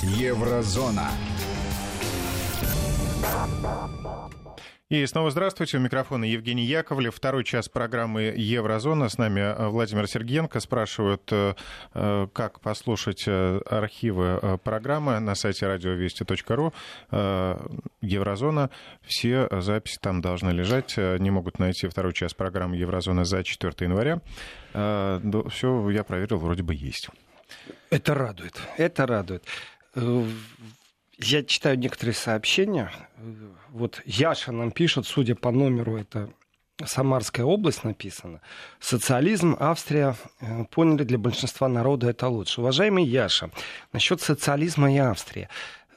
Еврозона. И снова здравствуйте. У микрофона Евгений Яковлев. Второй час программы «Еврозона». С нами Владимир Сергеенко. Спрашивают, как послушать архивы программы на сайте радиовести.ру. «Еврозона». Все записи там должны лежать. Не могут найти второй час программы «Еврозона» за 4 января. Все, я проверил, вроде бы есть. Это радует. Это радует. Я читаю некоторые сообщения. Вот Яша нам пишет, судя по номеру, это Самарская область написано. Социализм, Австрия, поняли, для большинства народа это лучше. Уважаемый Яша, насчет социализма и Австрии.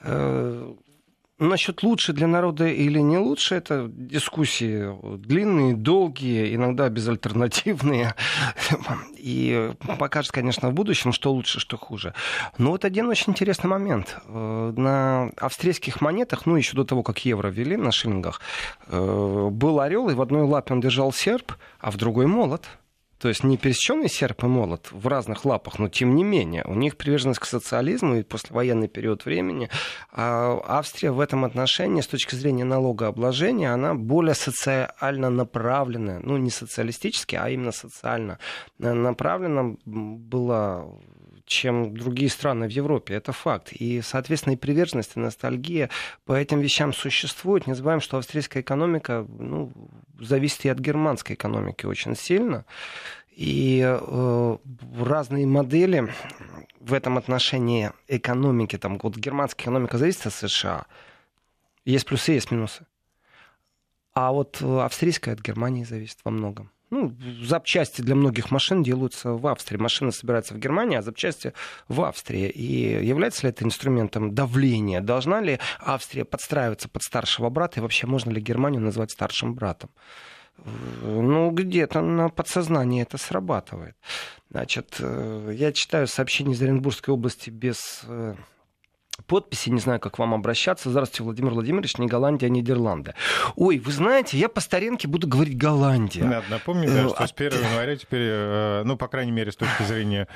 Насчет лучше для народа или не лучше, это дискуссии длинные, долгие, иногда безальтернативные. И покажет, конечно, в будущем, что лучше, что хуже. Но вот один очень интересный момент. На австрийских монетах, еще до того, как евро ввели на шиллингах, был орел, и в одной лапе он держал серп, а в другой молот. То есть не пересеченный серп и молот в разных лапах, но тем не менее. У них приверженность к социализму и послевоенный период времени. А Австрия в этом отношении, с точки зрения налогообложения, она более социально направленная. Не социалистически, а именно социально направлена была, чем другие страны в Европе. Это факт. И, соответственно, и приверженность, и ностальгия по этим вещам существует. Не забываем, что австрийская экономика зависит и от германской экономики очень сильно. И разные модели в этом отношении экономики. Вот германская экономика зависит от США. Есть плюсы, есть минусы. А вот австрийская от Германии зависит во многом. Запчасти для многих машин делаются в Австрии. Машина собирается в Германии, а запчасти в Австрии. И является ли это инструментом давления? Должна ли Австрия подстраиваться под старшего брата? И вообще можно ли Германию назвать старшим братом? Где-то на подсознании это срабатывает. Значит, я читаю сообщение из Оренбургской области без подписи, не знаю, как к вам обращаться. Здравствуйте, Владимир Владимирович, не Голландия, а Нидерланды. Ой, вы знаете, я по старинке буду говорить Голландия. Надо напомнить, что с 1 января теперь, по крайней мере, с точки зрения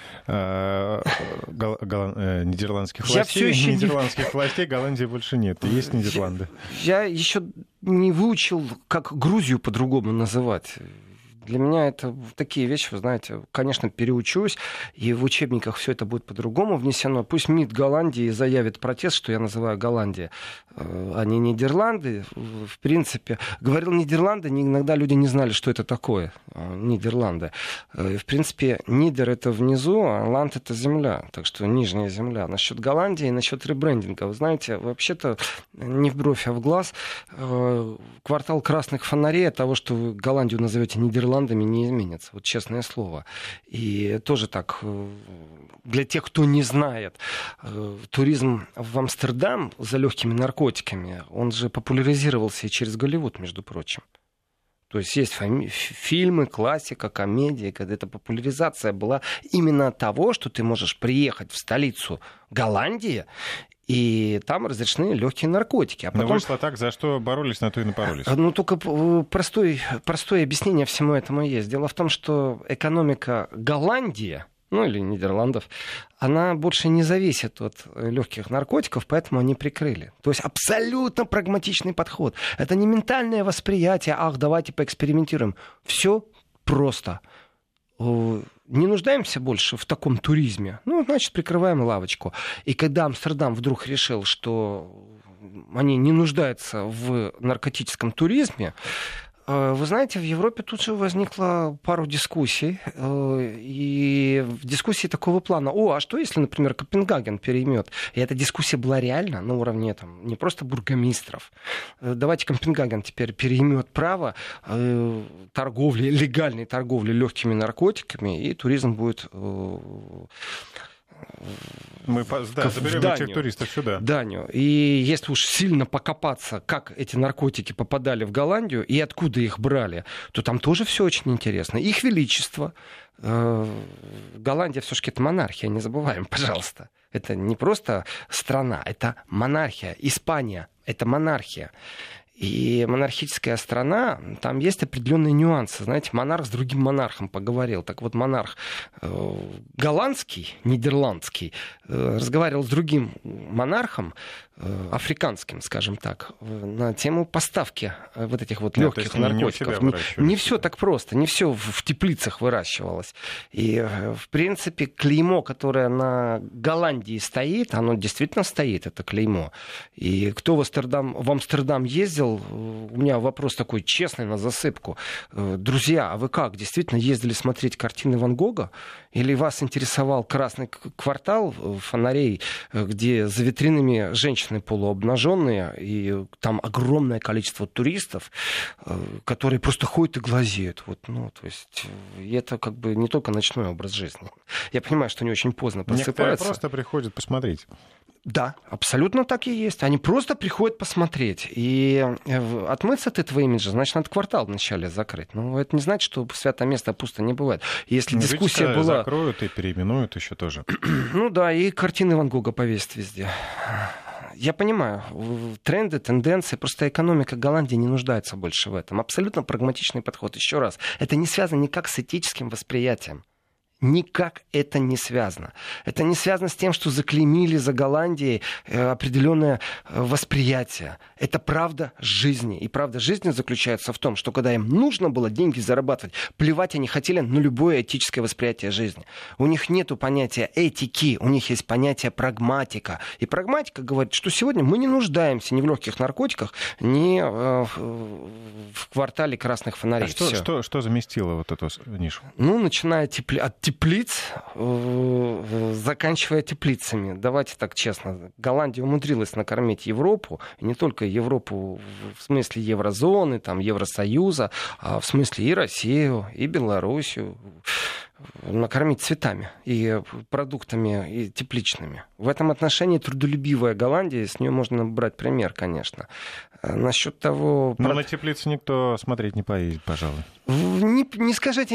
нидерландских властей, Голландии больше нет. Есть Нидерланды. Я еще не выучил, как Грузию по-другому называть. Для меня это такие вещи, вы знаете, конечно, переучусь, и в учебниках все это будет по-другому внесено. Пусть МИД Голландии заявит протест, что я называю Голландия, а не Нидерланды. В принципе, говорил Нидерланды, иногда люди не знали, что это такое, Нидерланды. В принципе, Нидер — это внизу, а ланд — это земля, так что нижняя земля. Насчет Голландии и насчет ребрендинга, вы знаете, вообще-то не в бровь, а в глаз. Квартал красных фонарей от того, что вы Голландию назовете Нидерландами, не изменится, вот честное слово. И тоже так, для тех, кто не знает, туризм в Амстердам за легкими наркотиками, он же популяризировался и через Голливуд, между прочим. То есть есть фильмы, классика, комедии, когда эта популяризация была именно от того, что ты можешь приехать в столицу Голландии, и там разрешены легкие наркотики. Но вышло так, за что боролись, на то и напоролись. Только простое объяснение всему этому есть. Дело в том, что экономика Голландии, или Нидерландов, она больше не зависит от легких наркотиков, поэтому они прикрыли. То есть абсолютно прагматичный подход. Это не ментальное восприятие, давайте поэкспериментируем. Все просто. Не нуждаемся больше в таком туризме, значит, прикрываем лавочку. И когда Амстердам вдруг решил, что они не нуждаются в наркотическом туризме, вы знаете, в Европе тут же возникло пару дискуссий. И в дискуссии такого плана. А что если, например, Копенгаген переймет? И эта дискуссия была реально на уровне не просто бургомистров. Давайте Копенгаген теперь переймет право торговли, легальной торговли легкими наркотиками, и туризм будет... Мы заберем этих туристов сюда. Данию. И если уж сильно покопаться, как эти наркотики попадали в Голландию и откуда их брали, то там тоже все очень интересно. Их величество. Голландия все-таки это монархия, не забываем, пожалуйста. Это не просто страна, это монархия. Испания — это монархия. И монархическая страна, там есть определенные нюансы. Знаете, монарх с другим монархом поговорил. Так вот, монарх голландский, нидерландский, разговаривал с другим монархом, африканским, скажем так, на тему поставки вот этих вот легких наркотиков. Не все так просто, не все в теплицах выращивалось. И, в принципе, клеймо, которое на Голландии стоит, оно действительно стоит, это клеймо. И кто в Амстердам ездил, у меня вопрос такой честный на засыпку. Друзья, а вы как, действительно ездили смотреть картины Ван Гога? Или вас интересовал красный квартал фонарей, где за витринами женщины полуобнаженные, и там огромное количество туристов, которые просто ходят и глазеют. Вот, ну, то есть, это как бы не только ночной образ жизни. Я понимаю, что не очень поздно просыпаются. Некоторые просто приходят посмотреть. Да, абсолютно так и есть. Они просто приходят посмотреть. И отмыться от этого имиджа, значит, надо квартал вначале закрыть. Но это не значит, что святое место пусто не бывает. Если дискуссия была... Закроют и переименуют еще тоже. Ну да, и картины Ван Гога повесят везде. Я понимаю, тренды, тенденции, просто экономика Голландии не нуждается больше в этом. Абсолютно прагматичный подход. Еще раз, это не связано никак с этическим восприятием. Никак это не связано. Это не связано с тем, что заклеймили за Голландией определенное восприятие. Это правда жизни. И правда жизни заключается в том, что когда им нужно было деньги зарабатывать, плевать они хотели на любое этическое восприятие жизни. У них нет понятия этики, у них есть понятие прагматика. И прагматика говорит, что сегодня мы не нуждаемся ни в легких наркотиках, ни в квартале красных фонарей. А что заместило вот эту нишу? Ну, начиная от теплиц, заканчивая теплицами. Давайте так честно. Голландия умудрилась накормить Европу, и не только Европу в смысле еврозоны, там, Евросоюза, а в смысле и Россию, и Белоруссию. Накормить цветами и продуктами и тепличными. В этом отношении трудолюбивая Голландия, с нее можно брать пример, конечно. Насчет того... Но на теплицу никто смотреть не поедет, пожалуй. Не скажите.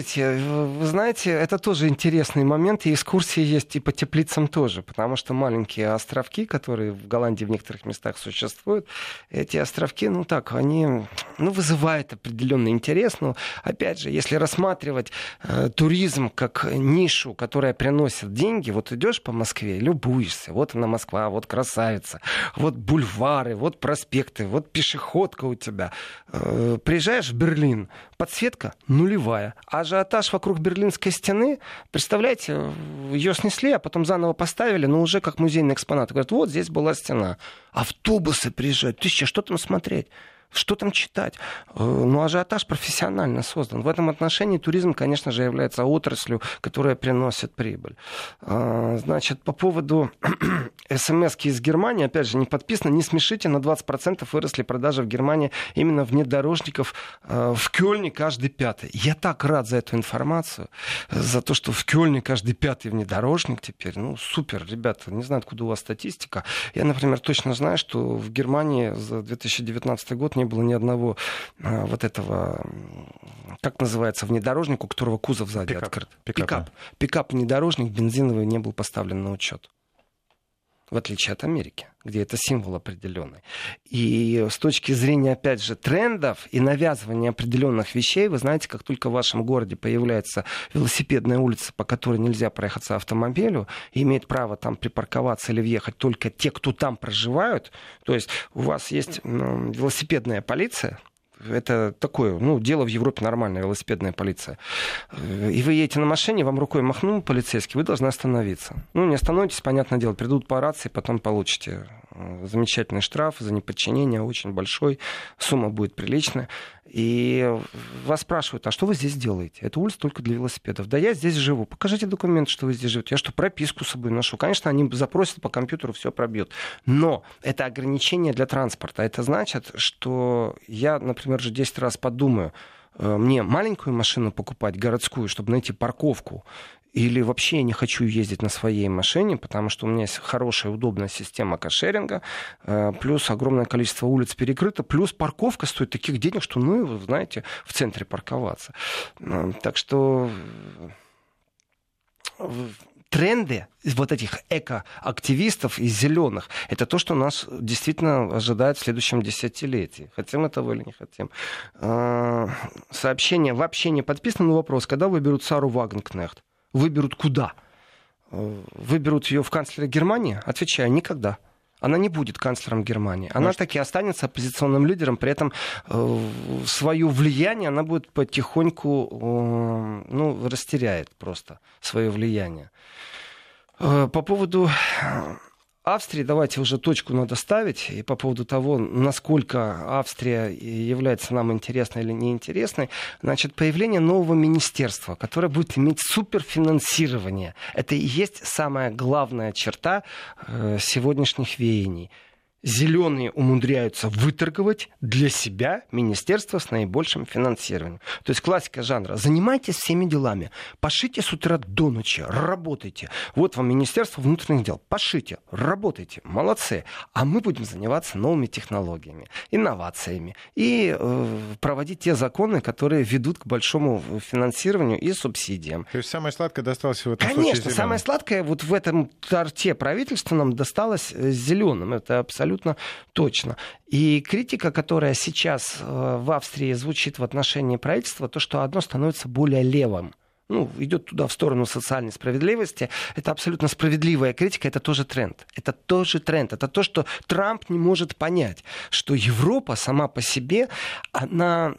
Вы знаете, это тоже интересный момент, и экскурсии есть и по теплицам тоже, потому что маленькие островки, которые в Голландии в некоторых местах существуют, эти островки, они вызывают определенный интерес, но, опять же, если рассматривать туризм как нишу, которая приносит деньги, вот идешь по Москве, любуешься, вот она Москва, вот красавица, вот бульвары, вот проспекты, вот пешеходка у тебя. Приезжаешь в Берлин, подсветка нулевая. Ажиотаж вокруг Берлинской стены, представляете, ее снесли, а потом заново поставили, но уже как музейный экспонат. Говорят, вот здесь была стена. Автобусы приезжают. Что там смотреть? Что там читать? Ажиотаж профессионально создан. В этом отношении туризм, конечно же, является отраслью, которая приносит прибыль. Значит, по поводу СМС-ки из Германии, опять же, не подписано, не смешите, на 20% выросли продажи в Германии именно внедорожников в Кёльне каждый пятый. Я так рад за эту информацию, за то, что в Кёльне каждый пятый внедорожник теперь. Супер, ребята, не знаю, откуда у вас статистика. Я, например, точно знаю, что в Германии за 2019 год не было ни одного вот этого, как называется, внедорожника, у которого кузов сзади открыт. Пикап-внедорожник бензиновый не был поставлен на учет. В отличие от Америки, где это символ определенный. И с точки зрения, опять же, трендов и навязывания определенных вещей, вы знаете, как только в вашем городе появляется велосипедная улица, по которой нельзя проехаться автомобилю, и имеет право там припарковаться или въехать только те, кто там проживают, то есть у вас есть велосипедная полиция, это такое, дело в Европе нормальное, велосипедная полиция. И вы едете на машине, вам рукой махнул полицейский, вы должны остановиться. Не остановитесь, понятное дело, придут по рации, потом получите замечательный штраф за неподчинение, очень большой, сумма будет приличная. И вас спрашивают, а что вы здесь делаете? Это улица только для велосипедов. Да я здесь живу. Покажите документ, что вы здесь живете. Я что, прописку с собой ношу? Конечно, они запросят по компьютеру, все пробьют. Но это ограничение для транспорта. Это значит, что я, например, уже 10 раз подумаю, мне маленькую машину покупать, городскую, чтобы найти парковку, или вообще я не хочу ездить на своей машине, потому что у меня есть хорошая, удобная система каршеринга, плюс огромное количество улиц перекрыто, плюс парковка стоит таких денег, что, вы знаете, в центре парковаться. Так что тренды вот этих экоактивистов и зеленых, это то, что нас действительно ожидает в следующем десятилетии. Хотим этого или не хотим. Сообщение вообще не подписано, но вопрос, когда выберут Сару Вагенкнехт? Выберут куда? Выберут ее в канцлера Германии? Отвечаю, никогда. Она не будет канцлером Германии. Она таки останется оппозиционным лидером, при этом свое влияние она будет потихоньку, растеряет просто свое влияние. По поводу Австрии, давайте уже точку надо ставить, и по поводу того, насколько Австрия является нам интересной или неинтересной, значит, появление нового министерства, которое будет иметь суперфинансирование. Это и есть самая главная черта сегодняшних веяний. Зеленые умудряются выторговать для себя министерство с наибольшим финансированием. То есть классика жанра. Занимайтесь всеми делами. Пашите с утра до ночи. Работайте. Вот вам Министерство внутренних дел. Пашите. Работайте. Молодцы. А мы будем заниматься новыми технологиями, инновациями и проводить те законы, которые ведут к большому финансированию и субсидиям. То есть самое сладкое досталось в этом случае Конечно, зеленым. самое сладкое вот в этом торте правительственном досталось зеленым. Это абсолютно точно. И критика, которая сейчас в Австрии звучит в отношении правительства, то, что одно становится более левым. Идет туда в сторону социальной справедливости. Это абсолютно справедливая критика, это тоже тренд. Это тоже тренд. Это то, что Трамп не может понять, что Европа сама по себе, она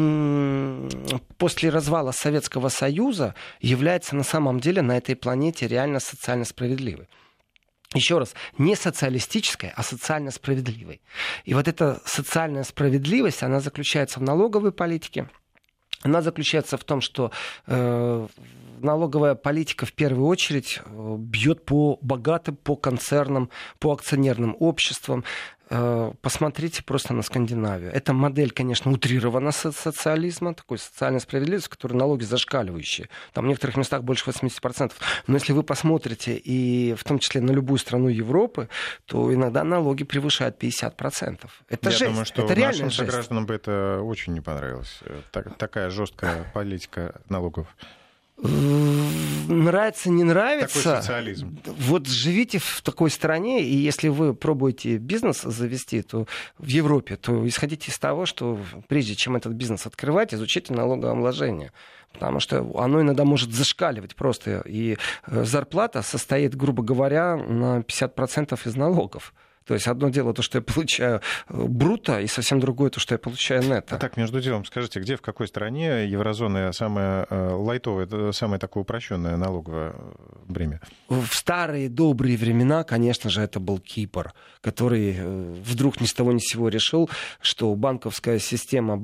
после развала Советского Союза является на самом деле на этой планете реально социально справедливой. Еще раз, не социалистической, а социально справедливой. И вот эта социальная справедливость, она заключается в налоговой политике. Она заключается в том, что налоговая политика в первую очередь бьет по богатым, по концернам, по акционерным обществам. Посмотрите просто на Скандинавию. Эта модель, конечно, утрирована социализма, такой социальной справедливости, в которой налоги зашкаливающие. Там в некоторых местах больше 80%. Но если вы посмотрите, и в том числе на любую страну Европы, то иногда налоги превышают 50%. Это жесть. Я думаю, что это реальная нашим жесть. согражданам бы это очень не понравилось. Такая жесткая политика налогов. Нравится, не нравится. Такой социализм. Вот живите в такой стране, и если вы пробуете бизнес завести то в Европе, то исходите из того, что прежде чем этот бизнес открывать, изучите налогообложение. Потому что оно иногда может зашкаливать просто. И зарплата состоит, грубо говоря, на 50% из налогов. То есть одно дело то, что я получаю бруто, и совсем другое то, что я получаю нетто. А так, между делом, скажите, где, в какой стране еврозоны самое лайтовое, самое такое упрощенное налоговое бремя? В старые добрые времена, конечно же, это был Кипр, который вдруг ни с того ни с сего решил, что банковская система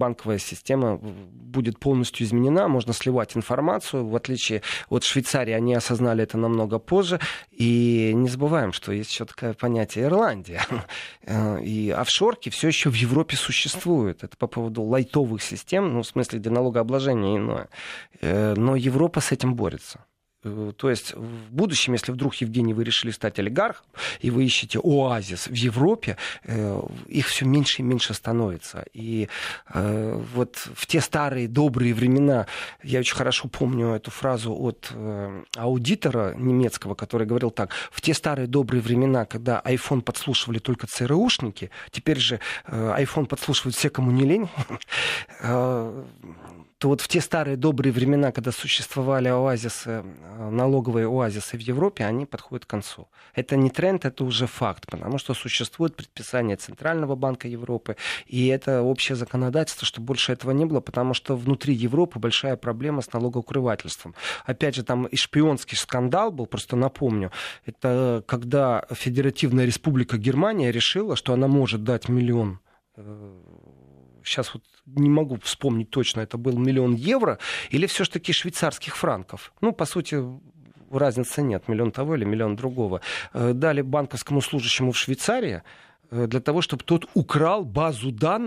будет полностью изменена, можно сливать информацию. В отличие от Швейцарии, они осознали это намного позже. И не забываем, что есть еще такое понятие Ирландия. И офшорки все еще в Европе существуют. Это по поводу лайтовых систем, в смысле, где налогообложение иное. Но Европа с этим борется. То есть в будущем, если вдруг, Евгений, вы решили стать олигархом, и вы ищете оазис в Европе, их все меньше и меньше становится. И вот в те старые добрые времена, я очень хорошо помню эту фразу от аудитора немецкого, который говорил так: в те старые добрые времена, когда iPhone подслушивали только ЦРУшники, теперь же iPhone подслушивают все, кому не лень, то вот в те старые добрые времена, когда существовали оазисы, налоговые оазисы в Европе, они подходят к концу. Это не тренд, это уже факт, потому что существует предписание Центрального банка Европы, и это общее законодательство, что больше этого не было, потому что внутри Европы большая проблема с налогоукрывательством. Опять же, там и шпионский скандал был, просто напомню, это когда Федеративная Республика Германия решила, что она может дать миллион, сейчас вот не могу вспомнить точно, это был 1 миллион евро или все-таки швейцарских франков. По сути, разницы нет, 1 миллион того или 1 миллион другого. Дали банковскому служащему в Швейцарии для того, чтобы тот украл базу данных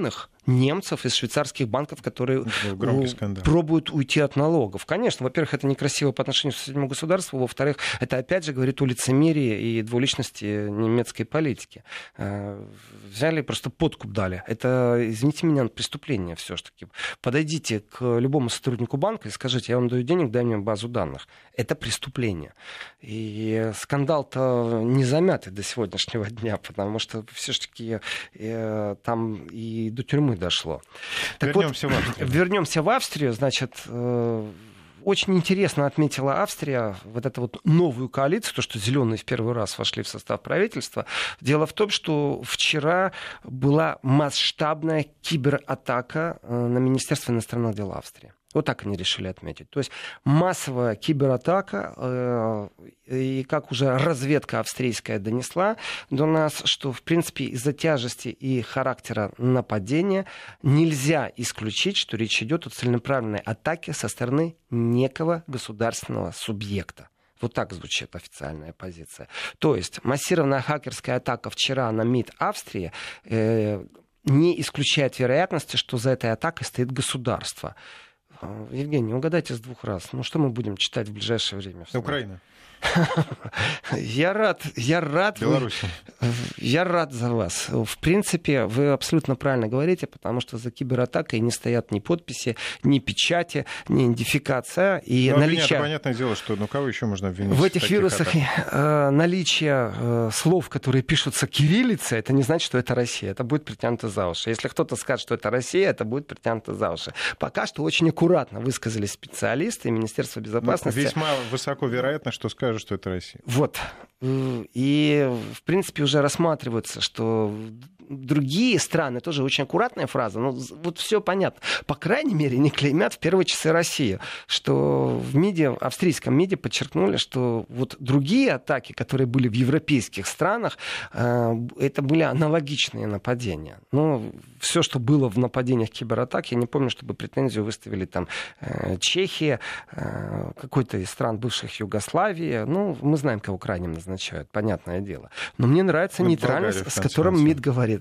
немцев из швейцарских банков, которые пробуют уйти от налогов. Конечно, во-первых, это некрасиво по отношению к соседнему государству, во-вторых, это опять же говорит о лицемерии и двуличности немецкой политики. Взяли, просто подкуп дали. Это, извините меня, преступление все-таки. Подойдите к любому сотруднику банка и скажите: я вам даю денег, дай мне базу данных. Это преступление. И скандал-то не замятый до сегодняшнего дня, потому что все-таки там и до тюрьмы дошло. Вернемся в Австрию. Значит, очень интересно отметила Австрия вот эту вот новую коалицию, то, что зеленые в первый раз вошли в состав правительства. Дело в том, что вчера была масштабная кибератака на Министерство иностранных дел Австрии. Вот так они решили отметить. То есть массовая кибератака, и как уже разведка австрийская донесла до нас, что, в принципе, из-за тяжести и характера нападения нельзя исключить, что речь идет о целенаправленной атаке со стороны некого государственного субъекта. Вот так звучит официальная позиция. То есть массированная хакерская атака вчера на МИД Австрии не исключает вероятности, что за этой атакой стоит государство. Евгений, угадайте с двух раз. Ну, что мы будем читать в ближайшее время? Украина. Я рад. Беларусь. Я рад за вас. В принципе, вы абсолютно правильно говорите, потому что за кибератакой не стоят ни подписи, ни печати, ни идентификация. И наличие... понятное дело, что кого еще можно обвинить? В этих вирусах наличие слов, которые пишутся кириллицей, это не значит, что это Россия. Это будет притянуто за уши. Если кто-то скажет, что это Россия, это будет притянуто за уши. Пока что очень аккуратно высказались специалисты и Министерство безопасности. Весьма высоко вероятно, что скажут, что это Россия. Вот. И, в принципе, уже рассматривается, что другие страны, тоже очень аккуратная фраза, но вот все понятно. По крайней мере, не клеймят в первые часы Россию. Что в МИДе, австрийском МИДе подчеркнули, что вот другие атаки, которые были в европейских странах, это были аналогичные нападения. Но все, что было в нападениях кибератак, я не помню, чтобы претензию выставили там Чехия, какой-то из стран бывших Югославии. Ну, мы знаем, кого крайним назначают, понятное дело. Но мне нравится нейтральность, с которым МИД говорит.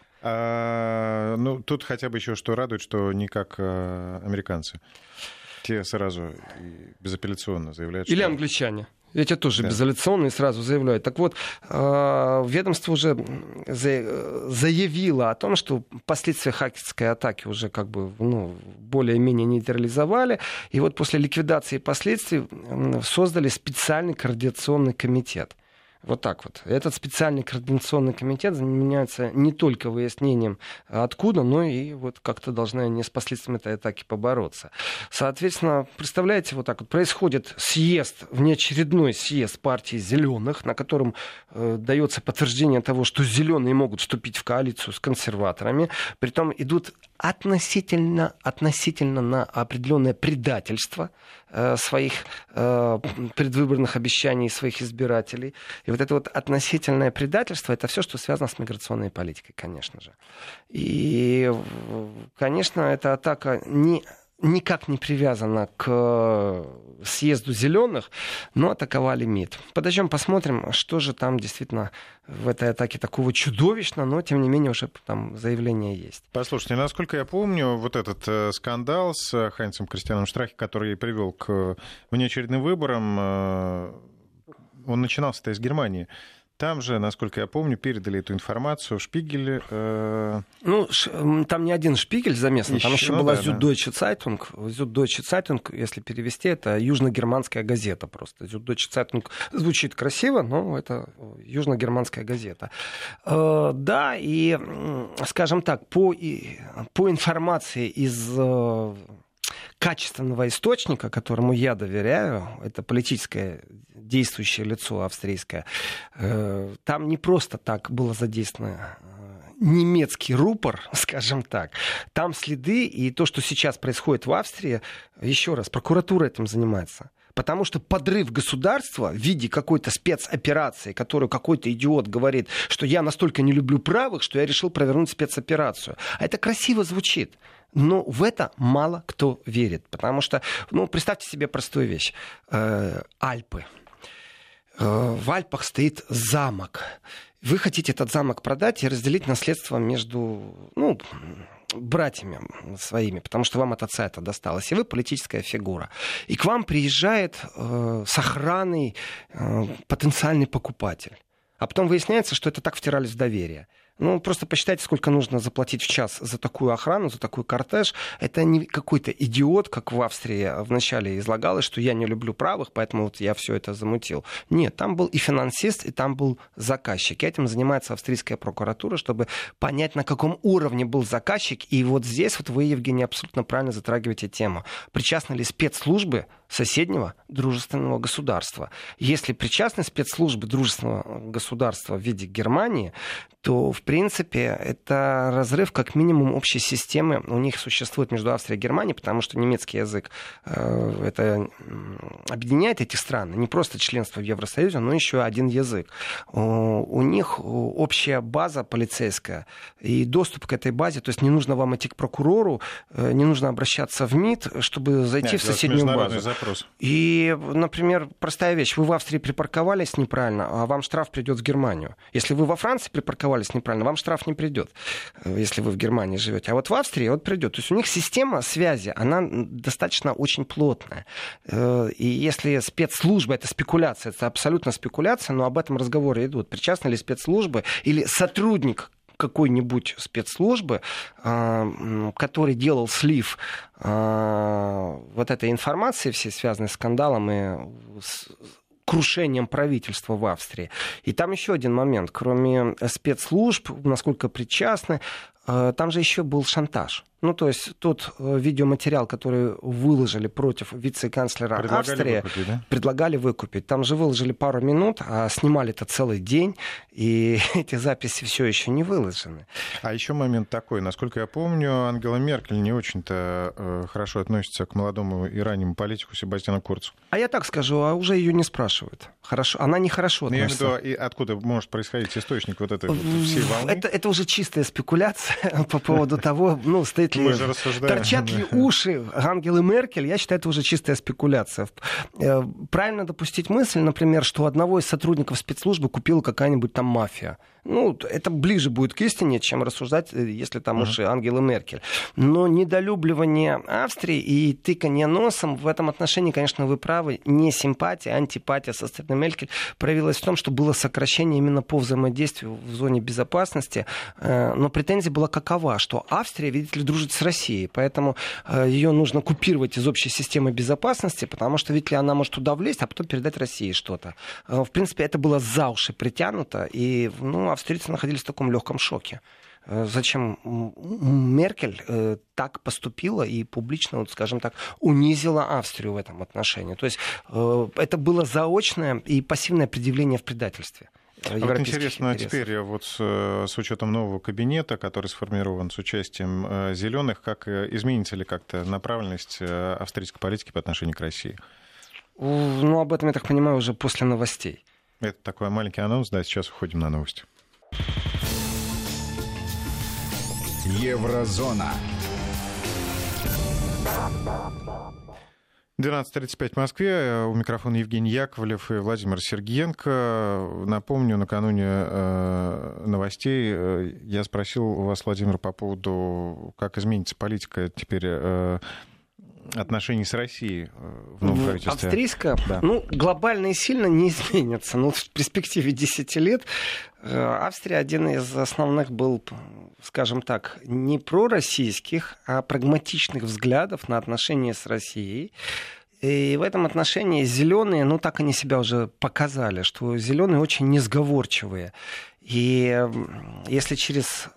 Тут хотя бы еще что радует, что не как американцы. Те сразу безапелляционно заявляют, Или англичане. Эти тоже безапелляционные сразу заявляют. Так вот, ведомство уже заявило о том, что последствия хакерской атаки уже более-менее нейтрализовали. И вот после ликвидации последствий создали специальный координационный комитет. Вот так вот. Этот специальный координационный комитет занимается не только выяснением, откуда, но и вот как-то должны они с последствиями этой атаки побороться. Соответственно, представляете, вот так вот происходит съезд, внеочередной съезд партии «Зеленых», на котором дается подтверждение того, что «Зеленые» могут вступить в коалицию с консерваторами. Притом идут относительно на определенное предательство своих предвыборных обещаний своих избирателей. И вот это вот относительное предательство — это все, что связано с миграционной политикой, конечно же. И, конечно, эта атака никак не привязана к съезду «Зеленых», но атаковали МИД. Подождем, посмотрим, что же там действительно в этой атаке такого чудовищного, но, тем не менее, уже там заявление есть. Послушайте, насколько я помню, вот этот скандал с Хайнцем Кристианом Штрахе, который привел к внеочередным выборам, он начинался-то из Германии. Там же, насколько я помню, передали эту информацию в Шпигель. Там не один Шпигель замесан, там еще была Süddeutsche Zeitung. Süddeutsche Zeitung, если перевести, это южногерманская газета просто. Süddeutsche Zeitung звучит красиво, но это южногерманская газета. Да, и, скажем так, по информации из качественного источника, которому я доверяю, это политическое действующее лицо австрийское, там не просто так было задействовано немецкий рупор, скажем так. Там следы, и то, что сейчас происходит в Австрии, еще раз, прокуратура этим занимается. Потому что подрыв государства в виде какой-то спецоперации, которую какой-то идиот говорит, что я настолько не люблю правых, что я решил провернуть спецоперацию. А это красиво звучит. Но в это мало кто верит. Потому что, представьте себе простую вещь. Альпы. В Альпах стоит замок. Вы хотите этот замок продать и разделить наследство между братьями своими, потому что вам от отца это досталось, и вы политическая фигура. И к вам приезжает с охраной потенциальный покупатель. А потом выясняется, что это так втирались в доверие. Ну, просто посчитайте, сколько нужно заплатить в час за такую охрану, за такой кортеж. Это не какой-то идиот, как в Австрии вначале излагалось, что я не люблю правых, поэтому вот я все это замутил. Нет, там был и финансист, и там был заказчик. И этим занимается австрийская прокуратура, чтобы понять, на каком уровне был заказчик. И вот здесь вот вы, Евгений, абсолютно правильно затрагиваете тему. Причастны ли спецслужбы соседнего дружественного государства? Если причастны спецслужбы дружественного государства в виде Германии, то, в принципе, это разрыв как минимум общей системы. У них существует между Австрией и Германией, потому что немецкий язык это объединяет эти страны. Не просто членство в Евросоюзе, но еще один язык. У них общая база полицейская и доступ к этой базе. То есть не нужно вам идти к прокурору, не нужно обращаться в МИД, чтобы зайти в соседнюю базу. Запрос. И, например, простая вещь. Вы в Австрии припарковались неправильно, а вам штраф придет в Германию. Если вы во Франции припарковались неправильно, вам штраф не придет, если вы в Германии живете. А вот в Австрии вот придет. То есть у них система связи, она достаточно очень плотная. И если спецслужбы, это спекуляция, это абсолютно спекуляция, но об этом разговоры идут. Причастны ли спецслужбы или сотрудник какой-нибудь спецслужбы, который делал слив вот этой информации, всей связанной с скандалом и с крушением правительства в Австрии. И там еще один момент. Кроме спецслужб, насколько причастны, там же еще был шантаж. Ну, то есть тот видеоматериал, который выложили против вице-канцлера Австрии, предлагали выкупить. Там же выложили пару минут, а снимали это целый день, и эти записи все еще не выложены. А еще момент такой. Насколько я помню, Ангела Меркель не очень-то хорошо относится к молодому и раннему политику Себастьяну Курцу. А я так скажу, а уже ее не спрашивают. Хорошо, она нехохорошо относится. Я имею в виду, и откуда может происходить источник вот этой всей волны? Это уже чистая спекуляция по поводу того, ну, стоит ли, торчат ли уши Ангелы Меркель. Я считаю, это уже чистая спекуляция. Правильно допустить мысль, например, что одного из сотрудников спецслужбы купила какая-нибудь там мафия. Ну, это ближе будет к истине, чем рассуждать, если там уши Ангелы Меркель. Но недолюбливание Австрии и тыканье носом в этом отношении, конечно, вы правы. Не симпатия, антипатия со стороны Меркель проявилась в том, что было сокращение именно по взаимодействию в зоне безопасности. Но претензия была какова, что Австрия, видите ли, дружит с Россией. Поэтому ее нужно купировать из общей системы безопасности, потому что, видите ли, она может туда влезть, а потом передать России что-то. В принципе, это было за уши притянуто. И, австрийцы находились в таком легком шоке. Зачем Меркель так поступила и публично, вот, скажем так, унизила Австрию в этом отношении? То есть это было заочное и пассивное предъявление в предательстве. Вот интересно, теперь вот с учетом нового кабинета, который сформирован с участием зеленых, как изменится ли как-то направленность австрийской политики по отношению к России? Ну, об этом, я так понимаю, уже после новостей. Это такой маленький анонс, да, сейчас уходим на новости. Еврозона. 12:35 в Москве. У микрофона Евгений Яковлев и Владимир Сергиенко. Напомню, накануне новостей я спросил у вас, Владимир, по поводу, как изменится политика теперь отношений с Россией в новом правительстве. Австрийская? Да. Ну, глобально и сильно не изменится. Но в перспективе 10 лет Австрия один из основных был, скажем так, не пророссийских, а прагматичных взглядов на отношения с Россией. И в этом отношении зеленые, ну, так они себя уже показали, что зеленые очень несговорчивые. И если через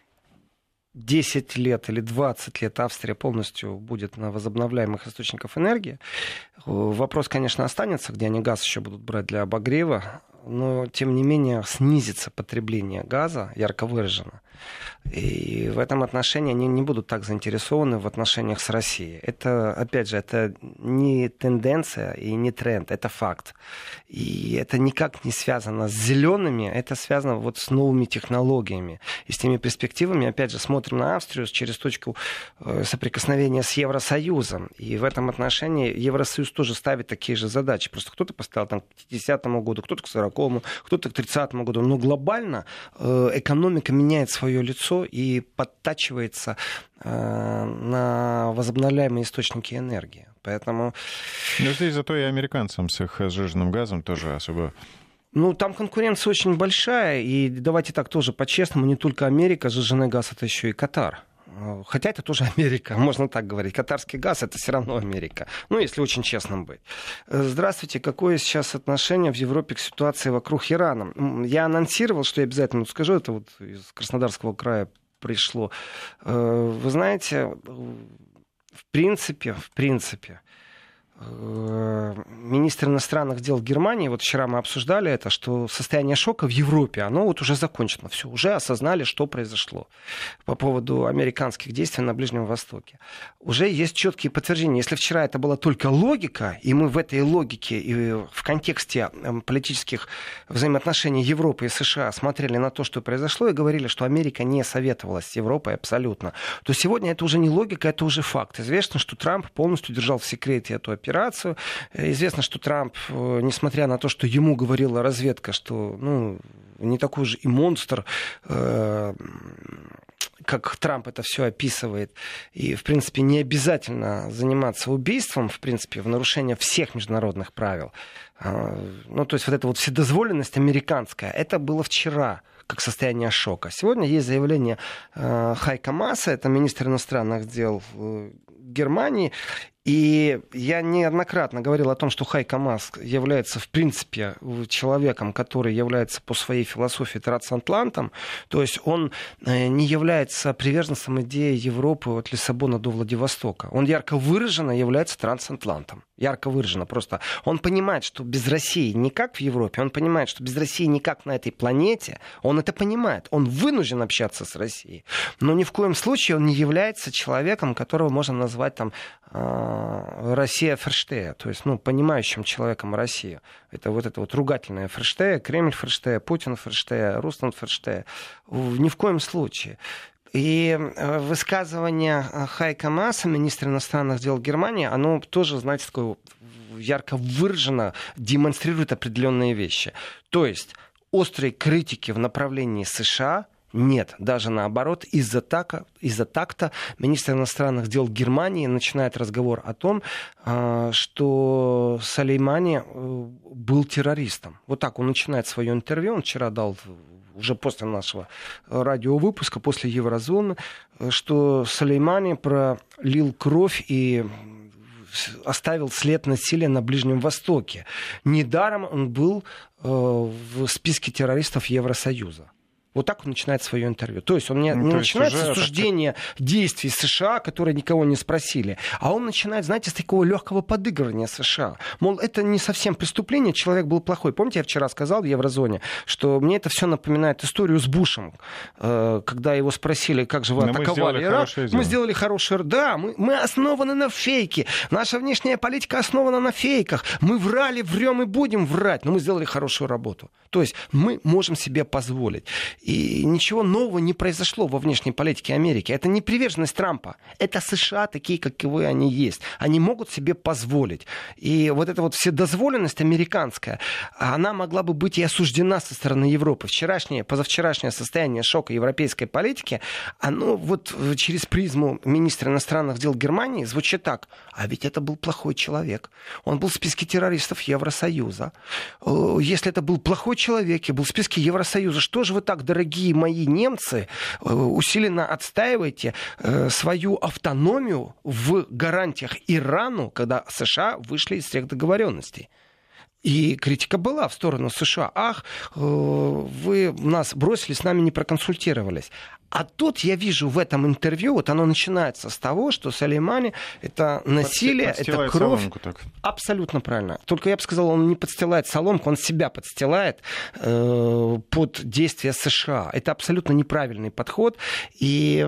10 лет или 20 лет Австрия полностью будет на возобновляемых источниках энергии, вопрос, конечно, останется, где они газ еще будут брать для обогрева, но, тем не менее, снизится потребление газа, ярко выражено. И в этом отношении они не будут так заинтересованы в отношениях с Россией. Это, опять же, это не тенденция и не тренд, это факт. И это никак не связано с зелеными, это связано вот с новыми технологиями и с теми перспективами. Опять же, смотрим на Австрию через точку соприкосновения с Евросоюзом. И в этом отношении Евросоюз тоже ставит такие же задачи. Просто кто-то поставил там, к 50-му году, кто-то к 40-му. 40-му, кто-то к 30-му году. Но глобально экономика меняет свое лицо и подтачивается на возобновляемые источники энергии. Поэтому... Но здесь зато и американцам с их сжиженным газом тоже особо... Ну, там конкуренция очень большая, и давайте так тоже по-честному, не только Америка, сжиженный газ — это еще и Катар. Хотя это тоже Америка, можно так говорить. Катарский газ — это все равно Америка. Ну, если очень честным быть. Здравствуйте. Какое сейчас отношение в Европе к ситуации вокруг Ирана? Я анонсировал, что я обязательно скажу. Это вот из Краснодарского края пришло. Вы знаете, в принципе, министр иностранных дел Германии, вот вчера мы обсуждали это, что состояние шока в Европе, оно вот уже закончено. Все, уже осознали, что произошло по поводу американских действий на Ближнем Востоке. Уже есть четкие подтверждения. Если вчера это была только логика, и мы в этой логике и в контексте политических взаимоотношений Европы и США смотрели на то, что произошло, и говорили, что Америка не советовалась с Европой абсолютно, то сегодня это уже не логика, это уже факт. Известно, что Трамп полностью держал в секрете эту операцию. Известно, что Трамп, несмотря на то, что ему говорила разведка, что не такой же и монстр, как Трамп это все описывает, и, в принципе, не обязательно заниматься убийством, в принципе, в нарушение всех международных правил. Ну, то есть вот эта вот вседозволенность американская, это было вчера, как состояние шока. Сегодня есть заявление Хайка Мааса, это министр иностранных дел Германии. И я неоднократно говорил о том, что Хайко Маас является, в принципе, человеком, который является по своей философии трансатлантом. То есть он не является приверженцем идеи Европы от Лиссабона до Владивостока. Он ярко выраженно является трансатлантом. Ярко выраженно просто. Он понимает, что без России никак в Европе, он понимает, что без России никак на этой планете. Он это понимает. Он вынужден общаться с Россией. Но ни в коем случае он не является человеком, которого можно назвать там Россия Ферштея, то есть, понимающим человеком Россию. Это вот ругательное Ферштея, Кремль Ферштея, Путин Ферштея, Руслан Ферштея. Ни в коем случае. И высказывание Хайко Мааса, министра иностранных дел Германии, оно тоже, знаете, такое ярко выраженно демонстрирует определенные вещи. То есть острой критики в направлении США нет, даже наоборот, из-за такта министр иностранных дел Германии начинает разговор о том, что Сулеймани был террористом. Вот так он начинает свое интервью, он вчера дал уже после нашего радиовыпуска, после Еврозоны, что Сулеймани пролил кровь и оставил след насилия на Ближнем Востоке. Недаром он был в списке террористов Евросоюза. Вот так он начинает свое интервью. То есть он не начинает с осуждения действий США, которые никого не спросили, а он начинает, знаете, с такого легкого подыгрывания США. Мол, это не совсем преступление, человек был плохой. Помните, я вчера сказал в Еврозоне, что мне это все напоминает историю с Бушем, когда его спросили, как же вы атаковали Ирак. Мы сделали хорошее. Да, мы основаны на фейке. Наша внешняя политика основана на фейках. Мы врали, врем и будем врать, но мы сделали хорошую работу. То есть мы можем себе позволить. И ничего нового не произошло во внешней политике Америки. Это не приверженность Трампа. Это США такие, каковы они есть. Они могут себе позволить. И вот эта вот вседозволенность американская, она могла бы быть и осуждена со стороны Европы. Позавчерашнее состояние шока европейской политики, оно вот через призму министра иностранных дел Германии звучит так. А ведь это был плохой человек. Он был в списке террористов Евросоюза. Если это был плохой человек и был в списке Евросоюза, что же вы так, дорогие мои немцы, усиленно отстаиваете свою автономию в гарантиях Ирану, когда США вышли из всех договоренностей? И критика была в сторону США. Ах, вы нас бросили, с нами не проконсультировались. А тут я вижу в этом интервью, вот оно начинается с того, что Сулеймани — это насилие, это кровь. Абсолютно правильно. Только я бы сказал, он не подстилает соломку, он себя подстилает под действия США. Это абсолютно неправильный подход. И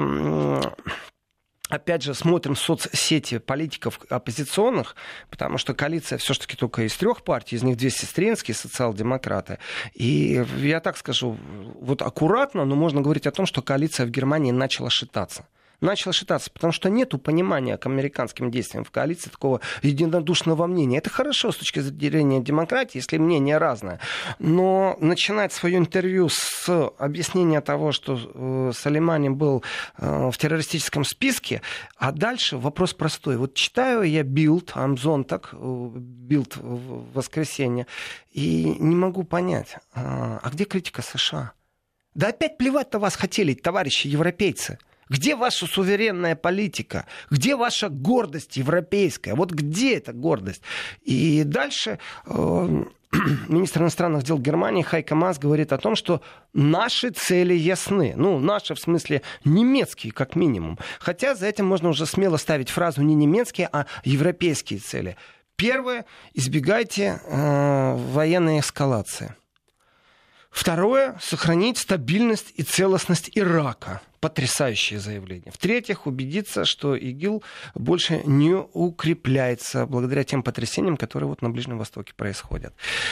опять же, смотрим соцсети политиков оппозиционных, потому что коалиция все-таки только из 3 партий, из них 2 сестринские, социал-демократы. И я так скажу, вот аккуратно, но можно говорить о том, что коалиция в Германии начала шататься. начало шататься, потому что нет понимания к американским действиям в коалиции такого единодушного мнения. Это хорошо с точки зрения демократии, если мнение разное. Но начинать свое интервью с объяснения того, что Сулеймани был в террористическом списке, а дальше вопрос простой. Вот читаю я Билд, Амзонтак, Билд в воскресенье, и не могу понять, а где критика США? Да опять плевать-то вас хотели, товарищи европейцы. Где ваша суверенная политика? Где ваша гордость европейская? Вот где эта гордость? И дальше министр иностранных дел Германии Хайко Маас говорит о том, что наши цели ясны. Ну, наши в смысле немецкие, как минимум. Хотя за этим можно уже смело ставить фразу не немецкие, а европейские цели. Первое, избегайте военной эскалации. Второе, сохранить стабильность и целостность Ирака. Потрясающее заявление. В-третьих, убедиться, что ИГИЛ больше не укрепляется благодаря тем потрясениям, которые вот на Ближнем Востоке происходят.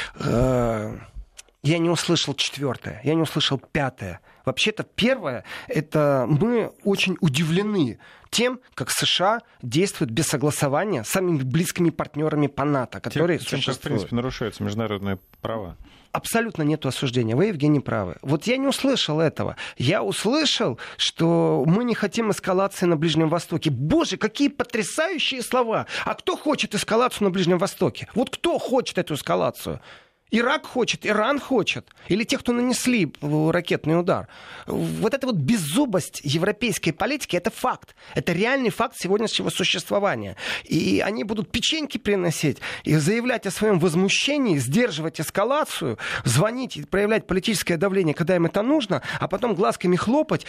Я не услышал четвертое, я не услышал пятое. Вообще-то первое, это мы очень удивлены тем, как США действуют без согласования с самыми близкими партнерами по НАТО, которые существуют. В принципе, нарушаются международные права. Абсолютно нету осуждения. Вы, Евгений, правы. Вот я не услышал этого. Я услышал, что мы не хотим эскалации на Ближнем Востоке. Боже, какие потрясающие слова! А кто хочет эскалацию на Ближнем Востоке? Вот кто хочет эту эскалацию? Ирак хочет, Иран хочет. Или те, кто нанесли ракетный удар. Вот эта вот беззубость европейской политики, это факт. Это реальный факт сегодняшнего существования. И они будут печеньки приносить и заявлять о своем возмущении, сдерживать эскалацию, звонить и проявлять политическое давление, когда им это нужно, а потом глазками хлопать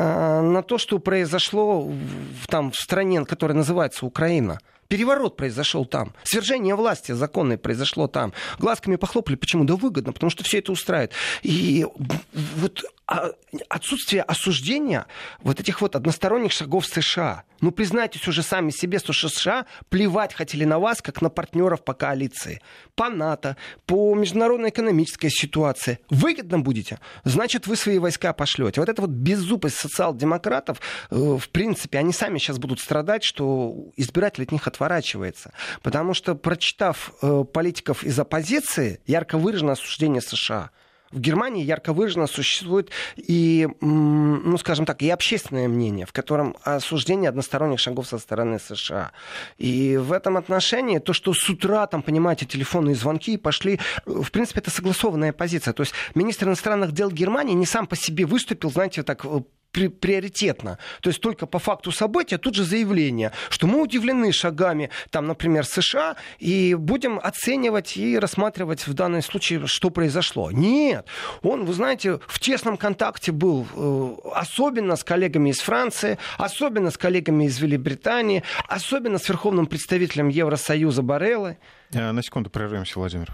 на то, что произошло в стране, которая называется Украина. Переворот произошел там. Свержение власти законной произошло там. Глазками похлопали. Почему? Да выгодно, потому что все это устраивает. И вот отсутствие осуждения вот этих вот односторонних шагов США. Ну, признайтесь уже сами себе, что США плевать хотели на вас, как на партнеров по коалиции. По НАТО, по международной экономической ситуации. Выгодно будете? Значит, вы свои войска пошлете. Вот эта вот беззубость социал-демократов, в принципе, они сами сейчас будут страдать, что избиратель от них отворачивается. Потому что, прочитав политиков из оппозиции, ярко выражено осуждение США. В Германии ярко выражено существует и, ну, скажем так, и общественное мнение, в котором осуждение односторонних шагов со стороны США. И в этом отношении то, что с утра, там, понимаете, телефонные звонки пошли, в принципе, это согласованная позиция. То есть министр иностранных дел Германии не сам по себе выступил, знаете, так приоритетно. То есть только по факту события тут же заявление, что мы удивлены шагами, там, например, США, и будем оценивать и рассматривать в данном случае, что произошло. Нет. Он, вы знаете, в тесном контакте был, особенно с коллегами из Франции, особенно с коллегами из Великобритании, особенно с верховным представителем Евросоюза Борреллой. На секунду прервемся, Владимир.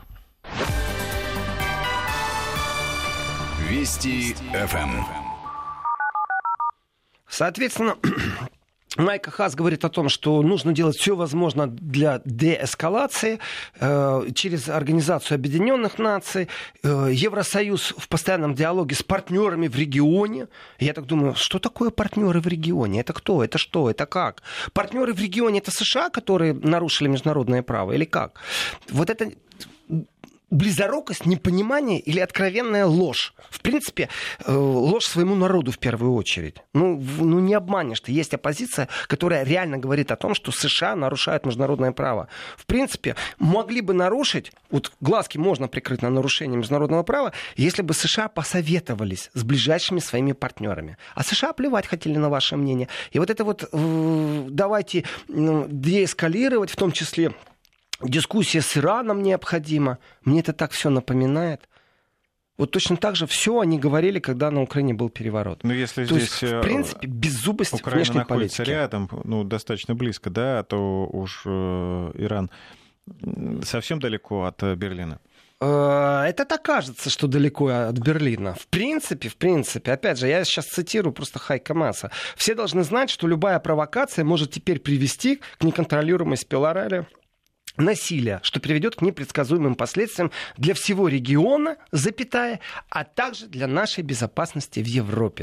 Вести ФМ. Соответственно, Майка Хаас говорит о том, что нужно делать все возможное для деэскалации через Организацию Объединенных Наций, Евросоюз в постоянном диалоге с партнерами в регионе. Я так думаю, что такое партнеры в регионе? Это кто? Это что? Это как? Партнеры в регионе — это США, которые нарушили международное право, или как? Вот это близорукость, непонимание или откровенная ложь. В принципе, ложь своему народу в первую очередь. Ну не обманешь ты. Есть оппозиция, которая реально говорит о том, что США нарушают международное право. В принципе, могли бы нарушить, вот глазки можно прикрыть на нарушение международного права, если бы США посоветовались с ближайшими своими партнерами. А США плевать хотели на ваше мнение. И вот это вот давайте деэскалировать, в том числе дискуссия с Ираном необходима. Мне это так все напоминает. Вот точно так же все они говорили, когда на Украине был переворот. Но если то здесь, есть, в принципе, беззубость Украина внешней находится политики. рядом, достаточно близко, да, то уж Иран совсем далеко от Берлина. Это так кажется, что далеко от Берлина. В принципе, опять же, я сейчас цитирую просто Хайко Мааса. Все должны знать, что любая провокация может теперь привести к неконтролируемой спирали насилия, что приведет к непредсказуемым последствиям для всего региона, а также для нашей безопасности в Европе.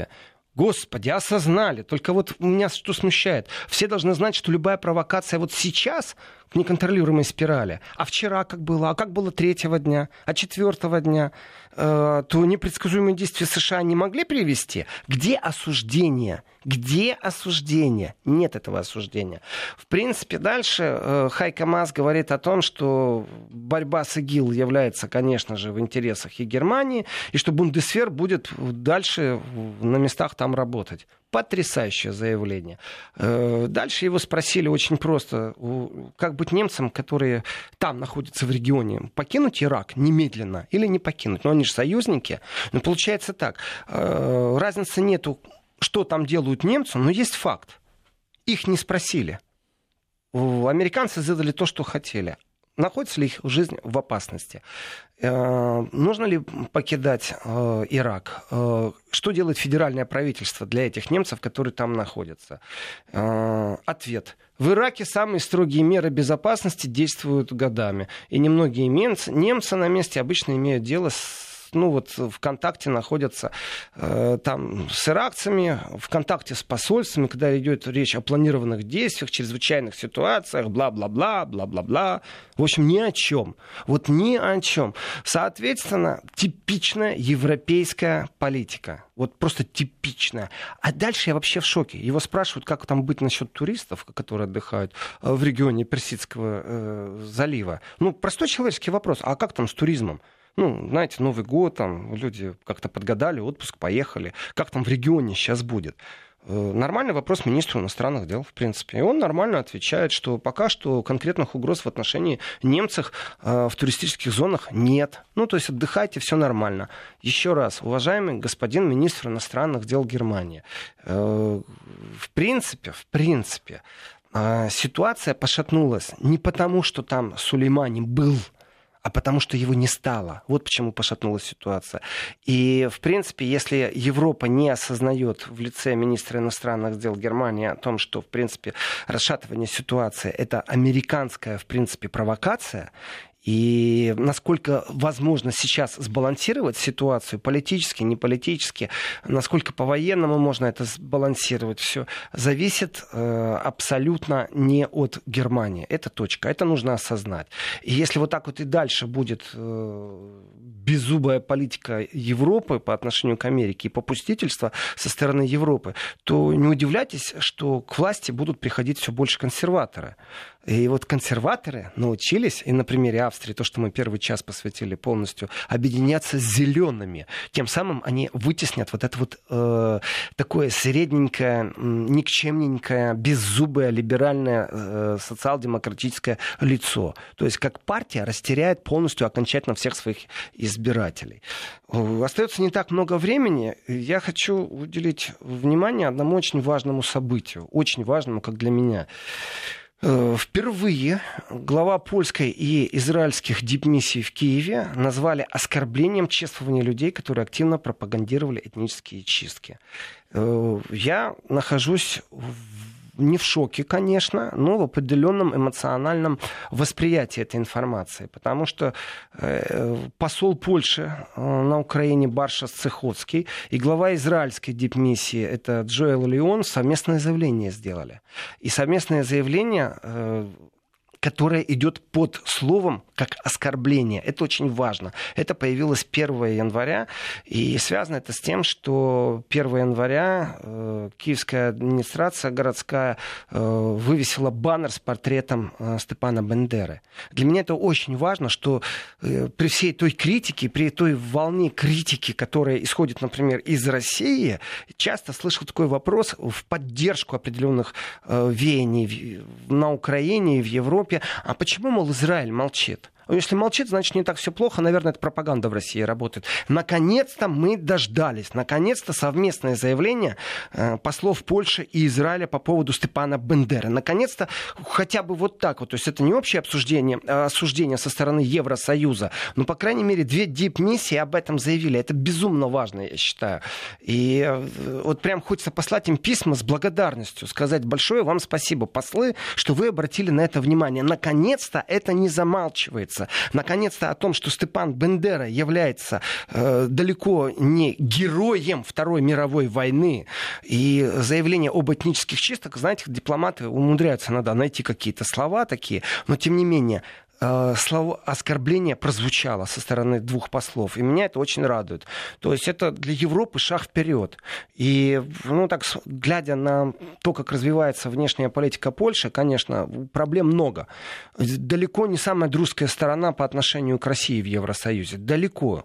Господи, осознали. Только вот меня что смущает. Все должны знать, что любая провокация вот сейчас в неконтролируемой спирали, а вчера как было, а как было 3-го дня, а 4-го дня, то непредсказуемые действия США не могли привести. Где осуждение? Где осуждение? Нет этого осуждения. В принципе, дальше Хайко Маас говорит о том, что борьба с ИГИЛ является, конечно же, в интересах и Германии, и что Бундесвер будет дальше на местах там работать. Потрясающее заявление. Дальше его спросили очень просто, как быть немцам, которые там находятся в регионе, покинуть Ирак немедленно или не покинуть? Ну, они же союзники. Но получается так, разницы нету, что там делают немцы, но есть факт. Их не спросили. Американцы задали то, что хотели. Находится ли их жизнь в опасности? Нужно ли покидать Ирак? Что делает федеральное правительство для этих немцев, которые там находятся? Ответ. В Ираке самые строгие меры безопасности действуют годами. И немногие немцы на месте обычно имеют дело с в контакте находятся там с иракцами, в контакте с посольствами, когда идет речь о планированных действиях, чрезвычайных ситуациях, бла-бла-бла, бла-бла-бла. В общем, ни о чем. Вот ни о чем. Соответственно, типичная европейская политика. Вот просто типичная. А дальше я вообще в шоке. Его спрашивают, как там быть насчет туристов, которые отдыхают в регионе Персидского залива. Простой человеческий вопрос. А как там с туризмом? Знаете, Новый год, там люди как-то подгадали, отпуск, поехали. Как там в регионе сейчас будет? Нормальный вопрос министру иностранных дел, в принципе. И он нормально отвечает, что пока что конкретных угроз в отношении немцев в туристических зонах нет. То есть отдыхайте, все нормально. Еще раз, уважаемый господин министр иностранных дел Германии, в принципе, ситуация пошатнулась не потому, что там Сулеймани был, а потому что его не стало. Вот почему пошатнулась ситуация. И, в принципе, если Европа не осознает в лице министра иностранных дел Германии о том, что, в принципе, расшатывание ситуации — это американская, в принципе, провокация, и насколько возможно сейчас сбалансировать ситуацию политически, не политически, насколько по-военному можно это сбалансировать, все зависит абсолютно не от Германии. Это точка, это нужно осознать. И если вот так вот и дальше будет беззубая политика Европы по отношению к Америке и попустительство со стороны Европы, то не удивляйтесь, что к власти будут приходить все больше консерваторы. И вот консерваторы научились, и на примере Австрии, то, что мы первый час посвятили полностью, объединяться с зелеными. Тем самым они вытеснят вот это вот такое средненькое, никчемненькое, беззубое, либеральное социал-демократическое лицо. То есть как партия растеряет полностью окончательно всех своих избирателей. Остается не так много времени. Я хочу уделить внимание одному очень важному событию. Очень важному, как для меня. Впервые глава польской и израильских дипмиссий в Киеве назвали оскорблением чествования людей, которые активно пропагандировали этнические чистки. Я нахожусь не в шоке, конечно, но в определенном эмоциональном восприятии этой информации, потому что посол Польши на Украине Баршас Цехоцкий и глава израильской дипмиссии, это Джоэл Леон, совместное заявление сделали. И совместное заявление, которое идет под словом как оскорбление. Это очень важно. Это появилось 1 января, и связано это с тем, что 1 января киевская администрация городская вывесила баннер с портретом Степана Бендеры. Для меня это очень важно, что при всей той критике, при той волне критики, которая исходит, например, из России, часто слышал такой вопрос в поддержку определенных веяний на Украине и в Европе. А почему, мол, Израиль молчит? Если молчит, значит, не так все плохо. Наверное, это пропаганда в России работает. Наконец-то мы дождались. Наконец-то совместное заявление послов Польши и Израиля по поводу Степана Бендеры. Наконец-то хотя бы вот так вот. То есть это не общее обсуждение, а осуждение со стороны Евросоюза. Но, по крайней мере, 2 дипмиссии об этом заявили. Это безумно важно, я считаю. И вот прям хочется послать им письма с благодарностью. Сказать большое вам спасибо, послы, что вы обратили на это внимание. Наконец-то это не замалчивается. задуматься, наконец-то, о том, что Степан Бендера является далеко не героем Второй мировой войны, и заявление об этнических чистках, знаете, дипломаты умудряются иногда найти какие-то слова такие, но тем не менее, слово оскорбление прозвучало со стороны двух послов, и меня это очень радует. То есть это для Европы шаг вперед. И, так, глядя на то, как развивается внешняя политика Польши, конечно, проблем много. Далеко не самая дружеская сторона по отношению к России в Евросоюзе. Далеко.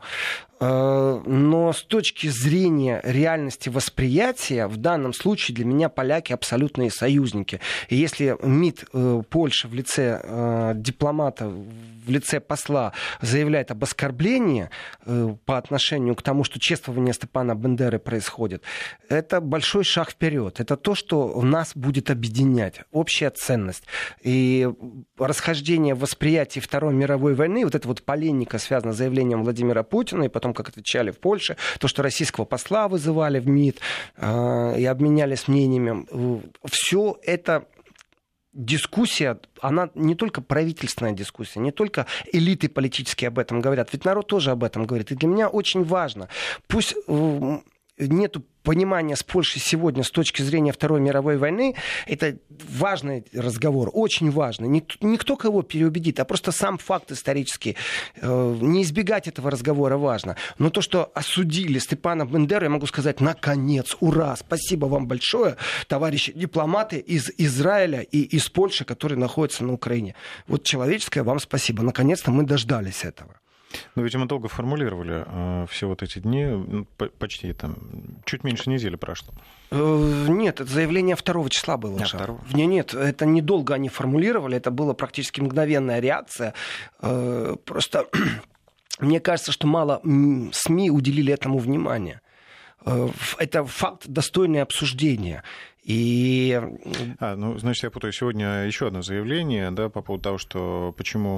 Но с точки зрения реальности восприятия, в данном случае для меня поляки абсолютные союзники. И если МИД Польши в лице дипломата, в лице посла заявляет об оскорблении по отношению к тому, что чествование Степана Бендеры происходит, это большой шаг вперед. Это то, что нас будет объединять. Общая ценность. И расхождение в восприятии Второй мировой войны, вот эта вот полемика, связана с заявлением Владимира Путина, и потом, как отвечали в Польше, то, что российского посла вызывали в МИД и обменялись мнениями, все это дискуссия, она не только правительственная дискуссия, не только элиты политические об этом говорят, ведь народ тоже об этом говорит. И для меня очень важно, пусть нету понимания с Польшей сегодня с точки зрения Второй мировой войны, это важный разговор, очень важный. Никто кого переубедит, а просто сам факт исторический. Не избегать этого разговора важно. Но то, что осудили Степана Бендеру, я могу сказать, наконец, ура, спасибо вам большое, товарищи дипломаты из Израиля и из Польши, которые находятся на Украине. Вот человеческое вам спасибо. Наконец-то мы дождались этого. Но ведь мы долго формулировали все вот эти дни, почти чуть меньше недели прошло. Нет, это заявление 2 числа было уже. Нет, это недолго они формулировали, это была практически мгновенная реакция. Просто мне кажется, что мало СМИ уделили этому внимания. Это факт, достойный обсуждения. И... значит, я путаю. Сегодня еще одно заявление, да, по поводу того, что почему...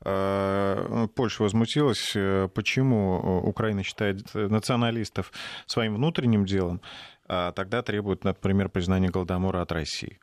Польша возмутилась, почему Украина считает националистов своим внутренним делом, а тогда требует, например, признания Голодомора от России.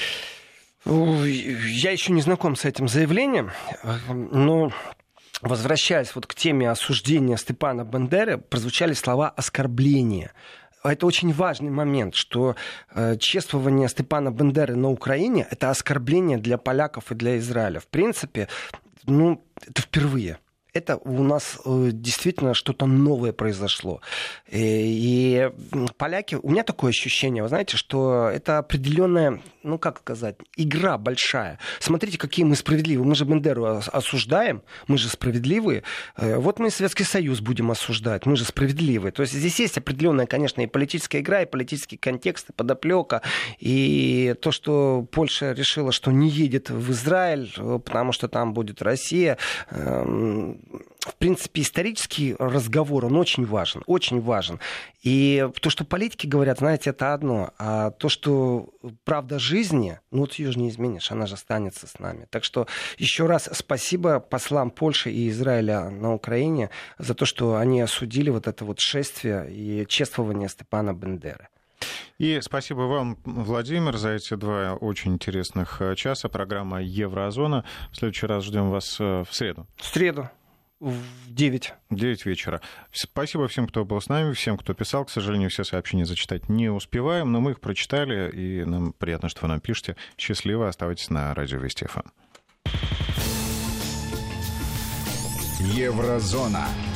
Я еще не знаком с этим заявлением, но... Возвращаясь вот к теме осуждения Степана Бендеры, прозвучали слова оскорбления. Это очень важный момент, что чествование Степана Бендеры на Украине — это оскорбление для поляков и для Израиля. В принципе, это впервые. Это у нас действительно что-то новое произошло. И поляки, у меня такое ощущение, вы знаете, что это определенная, игра большая. Смотрите, какие мы справедливые. Мы же Бендеру осуждаем, мы же справедливые. Вот мы Советский Союз будем осуждать, мы же справедливые. То есть здесь есть определенная, конечно, и политическая игра, и политический контекст, и подоплека. И то, что Польша решила, что не едет в Израиль, потому что там будет Россия. В принципе, исторический разговор, он очень важен, очень важен. И то, что политики говорят, знаете, это одно. А то, что правда жизни, ее же не изменишь, она же останется с нами. Так что еще раз спасибо послам Польши и Израиля на Украине за то, что они осудили вот это вот шествие и чествование Степана Бендеры. И спасибо вам, Владимир, за эти 2 очень интересных часа. Программа «Еврозона». В следующий раз ждем вас в среду. В среду. В 9. 9 вечера. Спасибо всем, кто был с нами, всем, кто писал. К сожалению, все сообщения зачитать не успеваем, но мы их прочитали, и нам приятно, что вы нам пишете. Счастливо, оставайтесь на радио Вести ФМ. Еврозона.